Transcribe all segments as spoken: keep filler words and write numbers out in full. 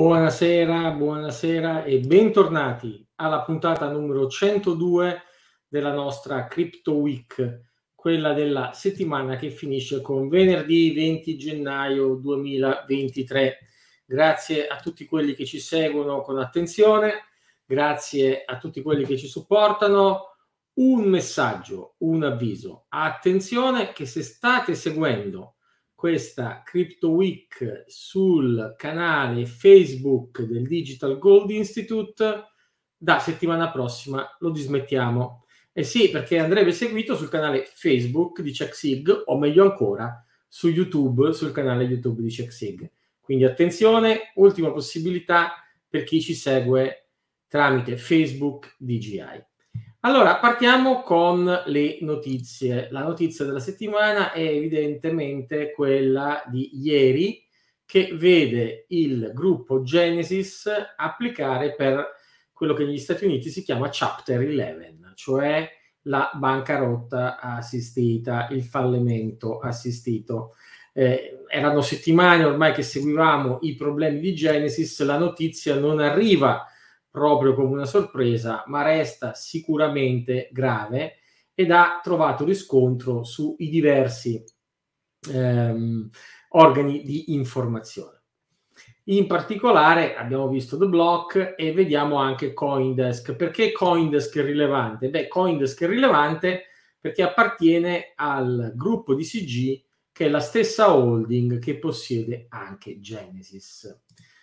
Buonasera, buonasera e bentornati alla puntata numero centodue della nostra Crypto Week, quella della settimana che finisce con venerdì venti gennaio duemilaventitré. Grazie a tutti quelli che ci seguono con attenzione, grazie a tutti quelli che ci supportano. Un messaggio, un avviso. Attenzione che se state seguendo questa Crypto Week sul canale Facebook del Digital Gold Institute, da settimana prossima lo dismettiamo. Eh sì, perché andrebbe seguito sul canale Facebook di CheckSig, o meglio ancora su YouTube, sul canale YouTube di CheckSig. Quindi attenzione, ultima possibilità per chi ci segue tramite Facebook D J I. Allora, partiamo con le notizie. La notizia della settimana è evidentemente quella di ieri, che vede il gruppo Genesis applicare per quello che negli Stati Uniti si chiama Chapter undici, cioè la bancarotta assistita, il fallimento assistito. Eh, erano settimane ormai che seguivamo i problemi di Genesis, la notizia non arriva proprio come una sorpresa, ma resta sicuramente grave ed ha trovato riscontro sui diversi ehm, organi di informazione. In particolare abbiamo visto The Block e vediamo anche CoinDesk. Perché CoinDesk è rilevante? Beh, CoinDesk è rilevante perché appartiene al gruppo di C G, che è la stessa holding che possiede anche Genesis.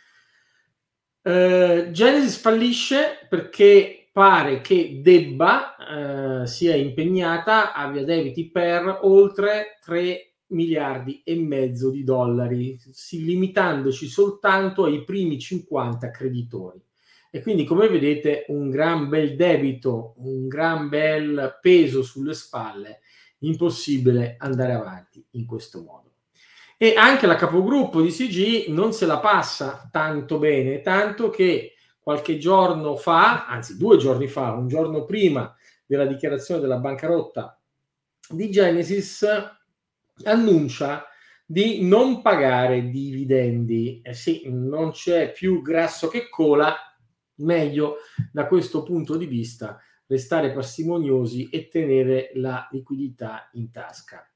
Uh, Genesis fallisce perché pare che debba, uh, sia impegnata, abbia debiti per oltre tre miliardi e mezzo di dollari, si, limitandoci soltanto ai primi cinquanta creditori. E quindi, come vedete, un gran bel debito, un gran bel peso sulle spalle, impossibile andare avanti in questo modo. E anche la capogruppo di C G non se la passa tanto bene, tanto che qualche giorno fa, anzi due giorni fa, un giorno prima della dichiarazione della bancarotta di Genesis, annuncia di non pagare dividendi. Eh sì, non c'è più grasso che cola, meglio da questo punto di vista restare parsimoniosi e tenere la liquidità in tasca.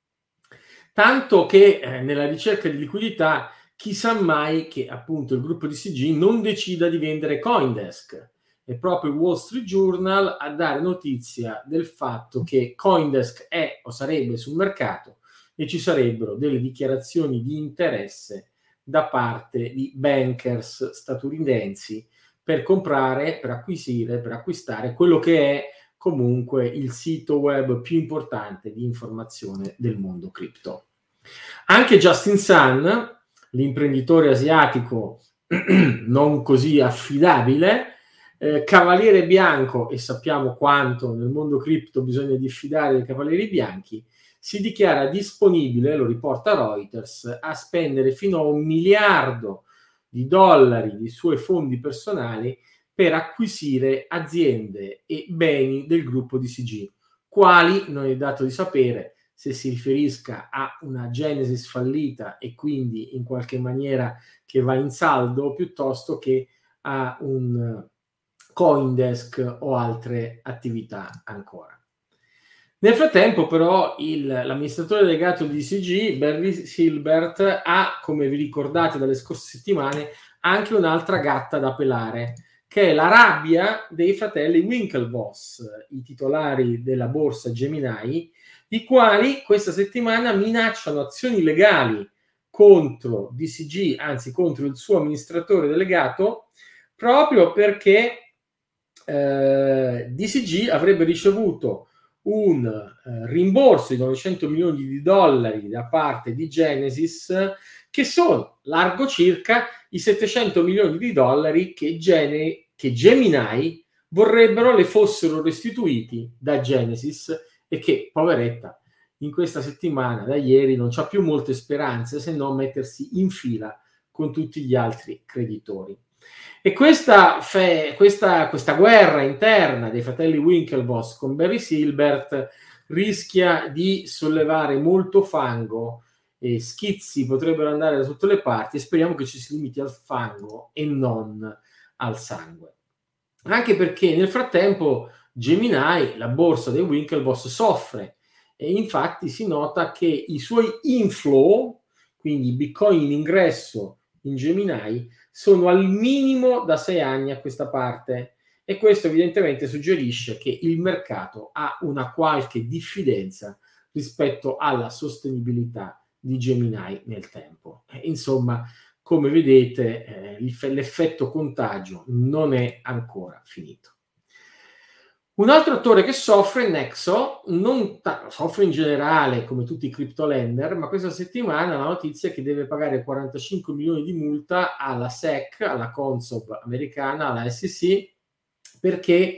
Tanto che eh, nella ricerca di liquidità, chissà mai che appunto il gruppo di C G non decida di vendere CoinDesk. È proprio il Wall Street Journal a dare notizia del fatto che CoinDesk è o sarebbe sul mercato e ci sarebbero delle dichiarazioni di interesse da parte di bankers statunitensi per comprare, per acquisire, per acquistare quello che è comunque il sito web più importante di informazione del mondo cripto. Anche Justin Sun, l'imprenditore asiatico non così affidabile, eh, cavaliere bianco, e sappiamo quanto nel mondo cripto bisogna diffidare dei cavalieri bianchi, si dichiara disponibile, lo riporta Reuters, a spendere fino a un miliardo di dollari di suoi fondi personali per acquisire aziende e beni del gruppo di C G, quali non è dato di sapere se si riferisca a una Genesis fallita e quindi in qualche maniera che va in saldo, piuttosto che a un CoinDesk o altre attività ancora. Nel frattempo però il, l'amministratore delegato di C G, Barry Silbert, ha, come vi ricordate dalle scorse settimane, anche un'altra gatta da pelare, che è la rabbia dei fratelli Winklevoss, i titolari della borsa Gemini, i quali questa settimana minacciano azioni legali contro D C G, anzi contro il suo amministratore delegato, proprio perché eh, D C G avrebbe ricevuto un eh, rimborso di novecento milioni di dollari da parte di Genesis, che sono largo circa i settecento milioni di dollari che, Gene, che Gemini vorrebbero le fossero restituiti da Genesis, e che, poveretta, in questa settimana, da ieri, non c'ha più molte speranze se non mettersi in fila con tutti gli altri creditori. E questa, fe, questa, questa guerra interna dei fratelli Winklevoss con Barry Silbert rischia di sollevare molto fango e schizzi potrebbero andare da tutte le parti, e speriamo che ci si limiti al fango e non al sangue. Anche perché nel frattempo Gemini, la borsa dei Winklevoss, soffre, e infatti si nota che i suoi inflow, quindi Bitcoin in ingresso in Gemini, sono al minimo da sei anni a questa parte, e questo evidentemente suggerisce che il mercato ha una qualche diffidenza rispetto alla sostenibilità di Gemini nel tempo. Insomma, come vedete, eh, l'effetto contagio non è ancora finito. Un altro attore che soffre è Nexo, non ta- soffre in generale come tutti i crypto lender, ma questa settimana la notizia è che deve pagare quarantacinque milioni di multa alla S E C, alla Consob americana, alla S E C, perché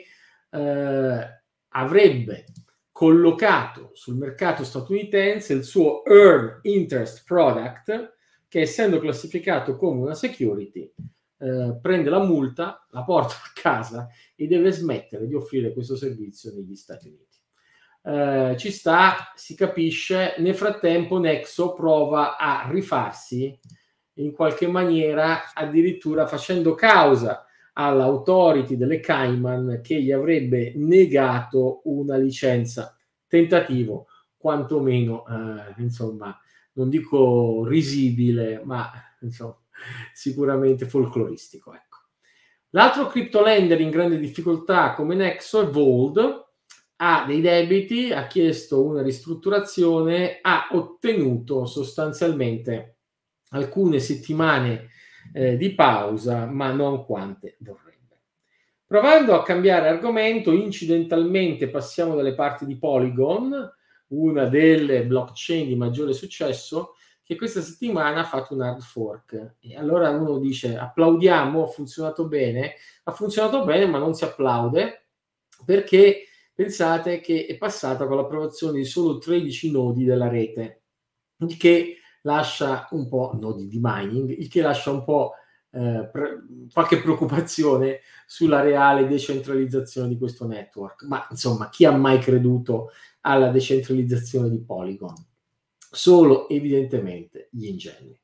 eh, avrebbe collocato sul mercato statunitense il suo Earn Interest Product, che essendo classificato come una security, eh, prende la multa, la porta a casa e deve smettere di offrire questo servizio negli Stati Uniti. Eh, ci sta, si capisce. Nel frattempo Nexo prova a rifarsi in qualche maniera, addirittura facendo causa all'autority delle Cayman, che gli avrebbe negato una licenza, tentativo quantomeno, eh, insomma, non dico risibile, ma insomma, sicuramente folcloristico. Ecco. L'altro criptolender in grande difficoltà come Nexo è Vold, ha dei debiti, ha chiesto una ristrutturazione, ha ottenuto sostanzialmente alcune settimane eh, di pausa, ma non quante vorrebbe. Provando a cambiare argomento, incidentalmente passiamo dalle parti di Polygon, una delle blockchain di maggiore successo, che questa settimana ha fatto un hard fork. E allora uno dice: applaudiamo, ha funzionato bene. Ha funzionato bene, ma non si applaude, perché pensate che è passata con l'approvazione di solo tredici nodi della rete, il che lascia un po', nodi di mining, il che lascia un po' eh, pre- qualche preoccupazione sulla reale decentralizzazione di questo network. Ma insomma, chi ha mai creduto alla decentralizzazione di Polygon? Solo evidentemente gli ingenui.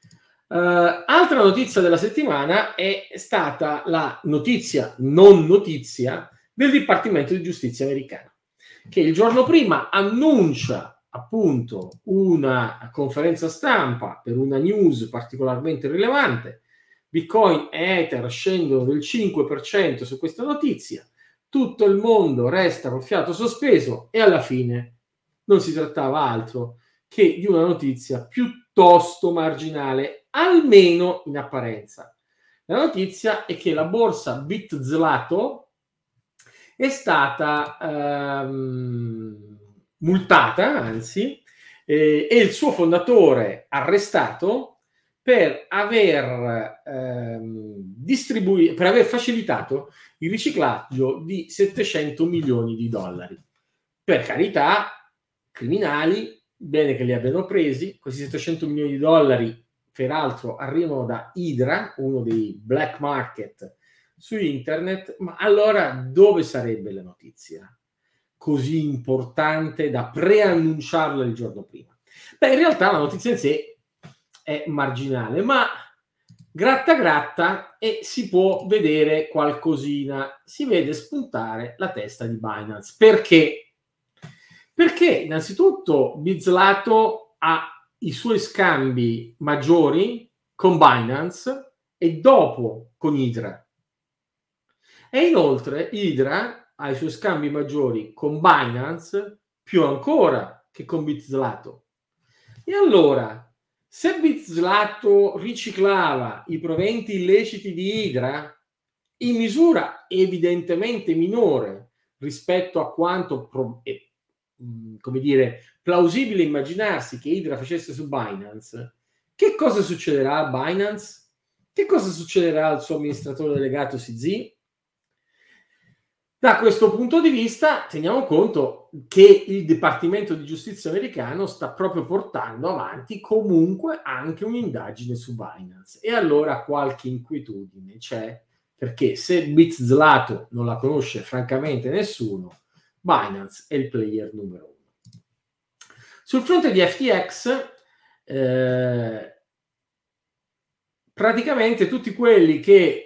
Uh, altra notizia della settimana è stata la notizia, non notizia, del Dipartimento di Giustizia americano, che il giorno prima annuncia appunto una conferenza stampa per una news particolarmente rilevante. Bitcoin e Ether scendono del cinque per cento su questa notizia, tutto il mondo resta col fiato sospeso, e alla fine non si trattava altro che di una notizia piuttosto marginale, almeno in apparenza. La notizia è che la borsa BitZlato è stata ehm, multata, anzi, eh, e il suo fondatore arrestato per aver ehm, distribuito, per aver facilitato il riciclaggio di settecento milioni di dollari. Per carità, criminali, bene che li abbiano presi. Questi settecento milioni di dollari, peraltro, arrivano da Hydra, uno dei black market su internet. Ma allora dove sarebbe la notizia così importante da preannunciarla il giorno prima? Beh, in realtà la notizia in sé è marginale, ma gratta gratta e si può vedere qualcosina. Si vede spuntare la testa di Binance. Perché? Perché innanzitutto BitZlato ha i suoi scambi maggiori con Binance e dopo con Hydra. E inoltre Hydra ha i suoi scambi maggiori con Binance più ancora che con BitZlato. E allora, se BitZlato riciclava i proventi illeciti di Hydra in misura evidentemente minore rispetto a quanto pro- è, come dire, plausibile immaginarsi che Hydra facesse su Binance, che cosa succederà a Binance? Che cosa succederà al suo amministratore delegato C Z? Da questo punto di vista teniamo conto che il Dipartimento di Giustizia americano sta proprio portando avanti comunque anche un'indagine su Binance, e allora qualche inquietudine c'è, perché se BitZlato non la conosce francamente nessuno, Binance è il player numero uno. Sul fronte di F T X eh, praticamente tutti quelli che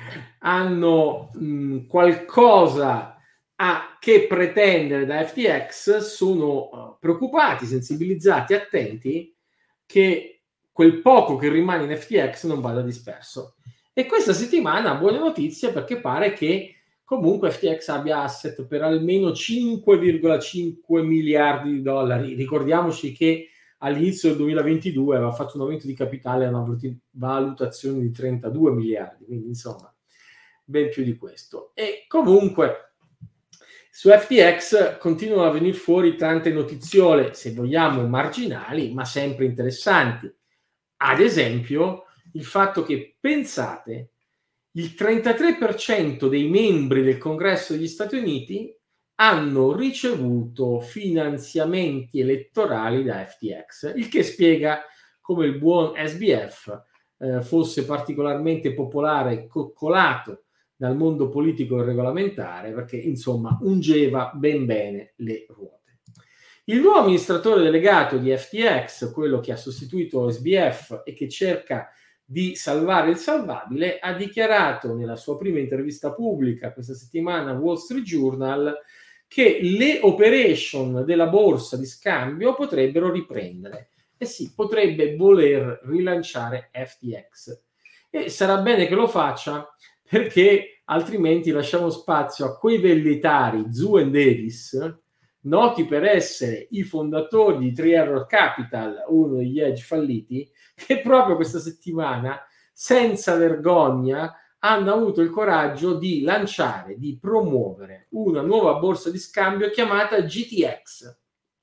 hanno mh, qualcosa a che pretendere da F T X sono uh, preoccupati, sensibilizzati, attenti che quel poco che rimane in F T X non vada disperso. E questa settimana buone notizie, perché pare che comunque F T X abbia asset per almeno cinque virgola cinque miliardi di dollari. Ricordiamoci che all'inizio del duemilaventidue aveva fatto un aumento di capitale a una valutazione di trentadue miliardi, quindi insomma ben più di questo. E comunque su F T X continuano a venire fuori tante notiziole, se vogliamo marginali, ma sempre interessanti. Ad esempio il fatto che, pensate, il trentatré per cento dei membri del Congresso degli Stati Uniti hanno ricevuto finanziamenti elettorali da F T X, il che spiega come il buon S B F eh, fosse particolarmente popolare e coccolato dal mondo politico e regolamentare, perché insomma ungeva ben bene le ruote. Il nuovo amministratore delegato di F T X, quello che ha sostituito S B F e che cerca di salvare il salvabile, ha dichiarato nella sua prima intervista pubblica questa settimana al Wall Street Journal che le operation della borsa di scambio potrebbero riprendere. E sì, potrebbe voler rilanciare F T X. E sarà bene che lo faccia, perché altrimenti lasciamo spazio a quei velleitari Zu and Davis, noti per essere i fondatori di Three Arrows Capital, uno degli hedge falliti, che proprio questa settimana, senza vergogna, hanno avuto il coraggio di lanciare, di promuovere una nuova borsa di scambio chiamata G T X.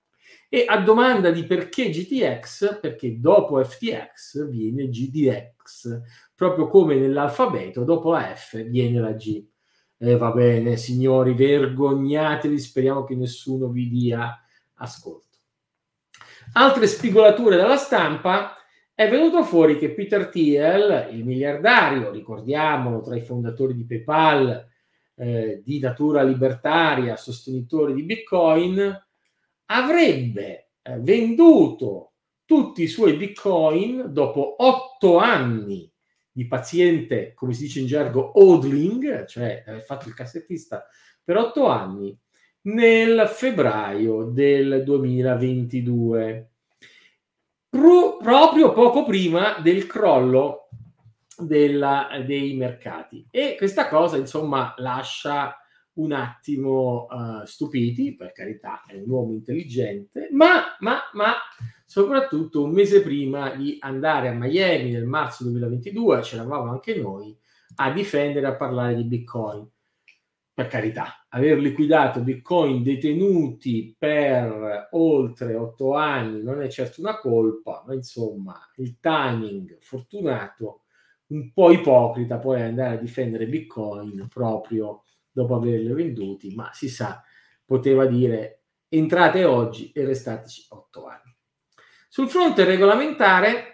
E a domanda di perché G T X, perché dopo F T X viene G D X, proprio come nell'alfabeto, dopo la F viene la G. E eh, va bene, signori, vergognatevi, speriamo che nessuno vi dia ascolto. Altre spigolature dalla stampa. È venuto fuori che Peter Thiel, il miliardario, ricordiamolo, tra i fondatori di PayPal, eh, di natura libertaria, sostenitore di Bitcoin, avrebbe eh, venduto tutti i suoi Bitcoin dopo otto anni di paziente, come si dice in gergo, hodling, cioè aver fatto il cassettista per otto anni, nel febbraio del duemilaventidue. Pro, proprio poco prima del crollo della, dei mercati. E questa cosa, insomma, lascia un attimo uh, stupiti, per carità, è un uomo intelligente, ma, ma, ma soprattutto un mese prima di andare a Miami nel marzo duemilaventidue, c'eravamo anche noi, a difendere, a parlare di Bitcoin. Per carità, aver liquidato Bitcoin detenuti per oltre otto anni non è certo una colpa, ma insomma il timing fortunato, un po' ipocrita poi andare a difendere Bitcoin proprio dopo averli venduti, ma si sa, poteva dire entrate oggi e restateci otto anni. Sul fronte regolamentare,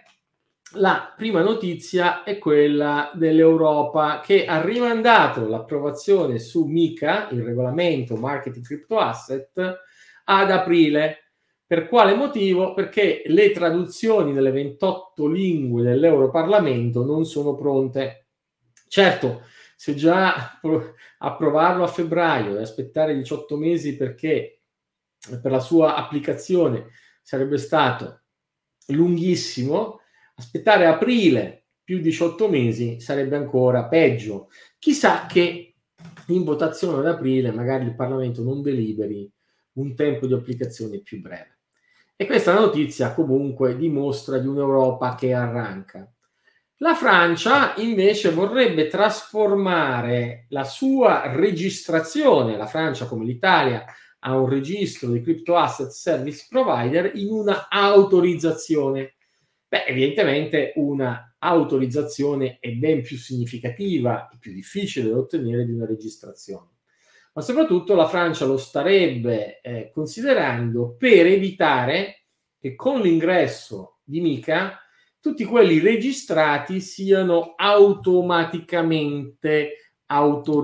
la prima notizia è quella dell'Europa, che ha rimandato l'approvazione su MiCA, il regolamento Marketing Crypto Asset, ad aprile. Per quale motivo? Perché le traduzioni delle ventotto lingue dell'Europarlamento non sono pronte. Certo, se già approvarlo a febbraio e aspettare diciotto mesi perché per la sua applicazione sarebbe stato lunghissimo, aspettare aprile più diciotto mesi sarebbe ancora peggio. Chissà che in votazione ad aprile magari il Parlamento non deliberi un tempo di applicazione più breve. E questa notizia comunque dimostra di un'Europa che arranca. La Francia invece vorrebbe trasformare la sua registrazione, la Francia come l'Italia ha un registro di Crypto Asset Service Provider, in una autorizzazione. Beh, evidentemente una autorizzazione è ben più significativa e più difficile da ottenere di una registrazione. Ma soprattutto la Francia lo starebbe eh, considerando per evitare che con l'ingresso di MiCA tutti quelli registrati siano automaticamente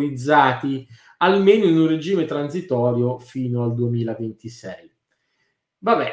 autorizzati, almeno in un regime transitorio fino al duemilaventisei. Vabbè,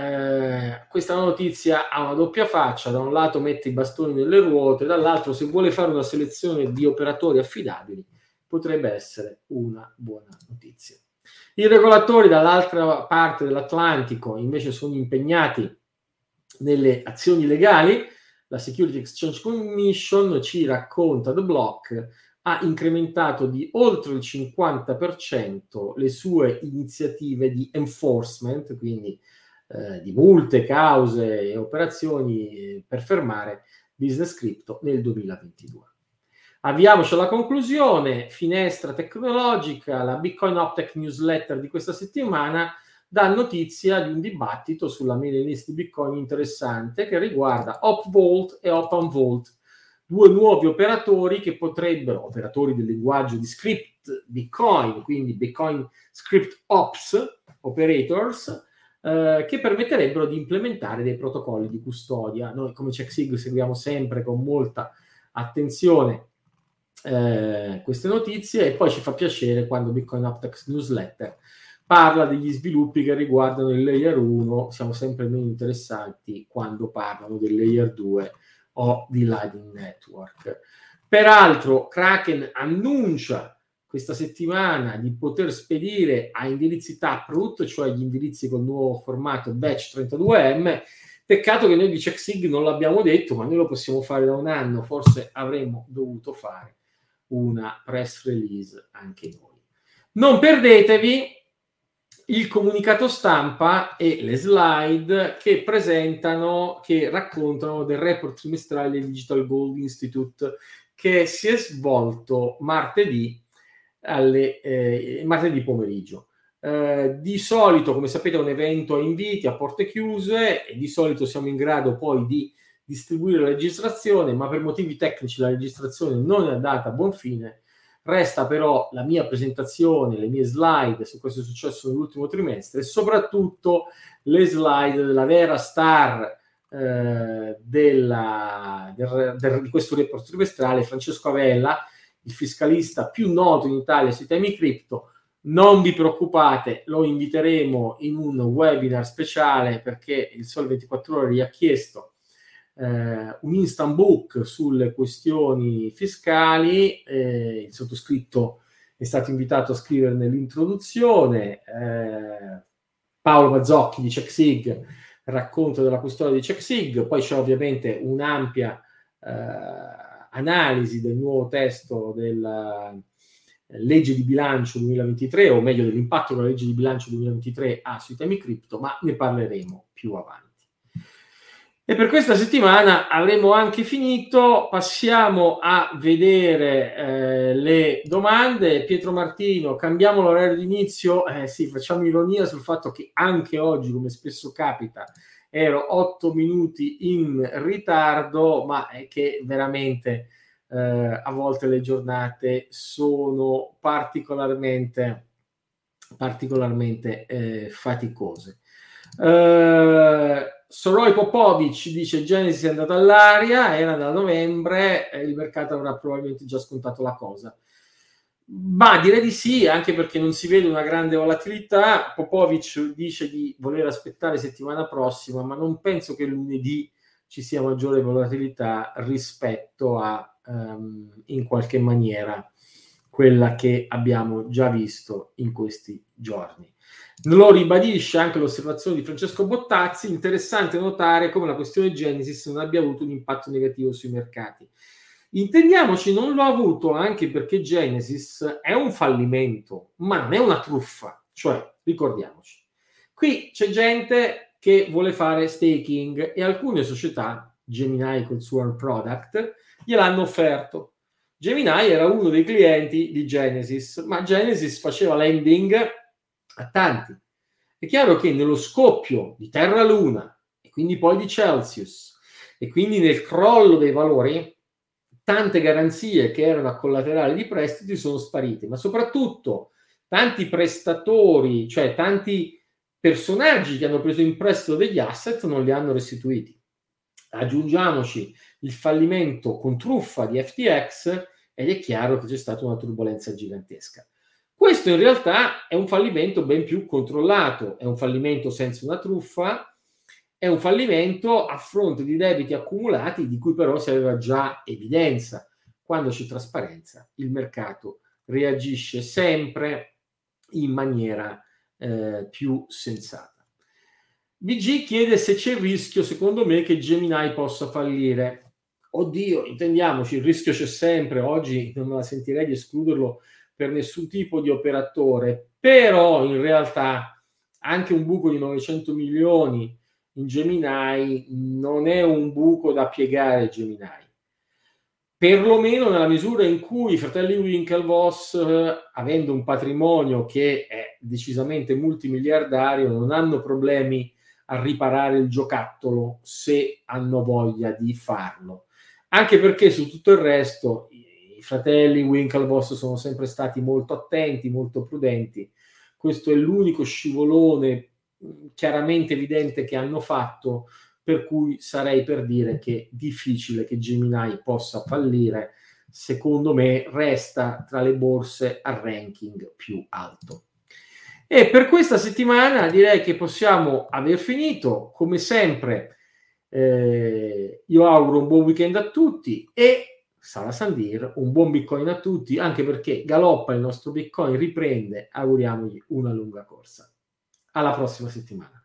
eh, questa notizia ha una doppia faccia: da un lato mette i bastoni nelle ruote, dall'altro, se vuole fare una selezione di operatori affidabili, potrebbe essere una buona notizia. I regolatori dall'altra parte dell'Atlantico invece sono impegnati nelle azioni legali. La Security Exchange Commission, ci racconta The Block, ha incrementato di oltre il cinquanta per cento le sue iniziative di enforcement, quindi eh, di multe, cause e operazioni per fermare business crypto nel duemilaventidue. Avviamoci alla conclusione, finestra tecnologica. La Bitcoin Optech newsletter di questa settimana dà notizia di un dibattito sulla mailing list di Bitcoin interessante che riguarda Opvault e OpenVault, due nuovi operatori che potrebbero, operatori del linguaggio di script Bitcoin, quindi Bitcoin Script Ops Operators, eh, che permetterebbero di implementare dei protocolli di custodia. Noi come CheckSig seguiamo sempre con molta attenzione eh, queste notizie, e poi ci fa piacere quando Bitcoin Optech newsletter parla degli sviluppi che riguardano il layer uno. Siamo sempre meno interessati quando parlano del layer due o di Lightning Network. Peraltro Kraken annuncia questa settimana di poter spedire a indirizzi Taproot, cioè gli indirizzi col nuovo formato Batch trentadue M. Peccato che noi di CheckSig non l'abbiamo detto, ma noi lo possiamo fare da un anno, forse avremmo dovuto fare una press release anche noi. Non perdetevi il comunicato stampa e le slide che presentano, che raccontano del report trimestrale del Digital Gold Institute, che si è svolto martedì, alle, eh, martedì pomeriggio. Eh, di solito, come sapete, è un evento a inviti, a porte chiuse, e di solito siamo in grado poi di distribuire la registrazione, ma per motivi tecnici la registrazione non è andata a buon fine. Resta però la mia presentazione, le mie slide su cosa è successo nell'ultimo trimestre, e soprattutto le slide della vera star eh, della, del, del, di questo report trimestrale, Francesco Avella, il fiscalista più noto in Italia sui temi cripto. Non vi preoccupate, lo inviteremo in un webinar speciale, perché il Sole ventiquattro Ore gli ha chiesto Uh, un instant book sulle questioni fiscali. Eh, il sottoscritto è stato invitato a scrivere nell'introduzione. eh, Paolo Mazzocchi di CheckSig racconta della custodia di CheckSig, poi c'è ovviamente un'ampia eh, analisi del nuovo testo della legge di bilancio duemilaventitré, o meglio dell'impatto che la legge di bilancio duemilaventitré ha sui temi cripto, ma ne parleremo più avanti. E per questa settimana avremo anche finito. Passiamo a vedere eh, le domande. Pietro Martino, cambiamo l'orario di inizio? Eh sì, facciamo ironia sul fatto che anche oggi, come spesso capita, ero otto minuti in ritardo, ma è che veramente eh, a volte le giornate sono particolarmente, particolarmente eh, faticose. Uh, Soroi Popovic dice: Genesis è andata all'aria, era da novembre, e il mercato avrà probabilmente già scontato la cosa. Ma direi di sì, anche perché non si vede una grande volatilità. Popovic dice di voler aspettare settimana prossima, ma non penso che lunedì ci sia maggiore volatilità rispetto a um, in qualche maniera quella che abbiamo già visto in questi giorni. Lo ribadisce anche l'osservazione di Francesco Bottazzi: interessante notare come la questione Genesis non abbia avuto un impatto negativo sui mercati. Intendiamoci, non l'ha avuto anche perché Genesis è un fallimento, ma non è una truffa. Cioè, ricordiamoci, qui c'è gente che vuole fare staking e alcune società, Gemini col suo product, gliel'hanno offerto. Gemini era uno dei clienti di Genesis, ma Genesis faceva lending a tanti. È chiaro che nello scoppio di Terra Luna e quindi poi di Celsius, e quindi nel crollo dei valori, tante garanzie che erano a collaterale di prestiti sono sparite, ma soprattutto tanti prestatori, cioè tanti personaggi che hanno preso in prestito degli asset, non li hanno restituiti. Aggiungiamoci il fallimento con truffa di F T X ed è chiaro che c'è stata una turbolenza gigantesca. Questo in realtà è un fallimento ben più controllato, è un fallimento senza una truffa, è un fallimento a fronte di debiti accumulati di cui però si aveva già evidenza. Quando c'è trasparenza, il mercato reagisce sempre in maniera eh, più sensata. V G chiede se c'è il rischio, secondo me, che Gemini possa fallire. Oddio, intendiamoci, il rischio c'è sempre, oggi non me la sentirei di escluderlo per nessun tipo di operatore, però in realtà anche un buco di novecento milioni in Gemini non è un buco da piegare Gemini. Perlomeno nella misura in cui i fratelli Winklevoss, eh, avendo un patrimonio che è decisamente multimiliardario, non hanno problemi a riparare il giocattolo se hanno voglia di farlo. Anche perché su tutto il resto i, i fratelli Winklevoss sono sempre stati molto attenti, molto prudenti. Questo è l'unico scivolone chiaramente evidente che hanno fatto, per cui sarei per dire che è difficile che Gemini possa fallire. Secondo me resta tra le borse a ranking più alto. E per questa settimana direi che possiamo aver finito. Come sempre eh, io auguro un buon weekend a tutti e Sala Sandir un buon Bitcoin a tutti, anche perché galoppa il nostro Bitcoin, riprende, auguriamogli una lunga corsa. Alla prossima settimana.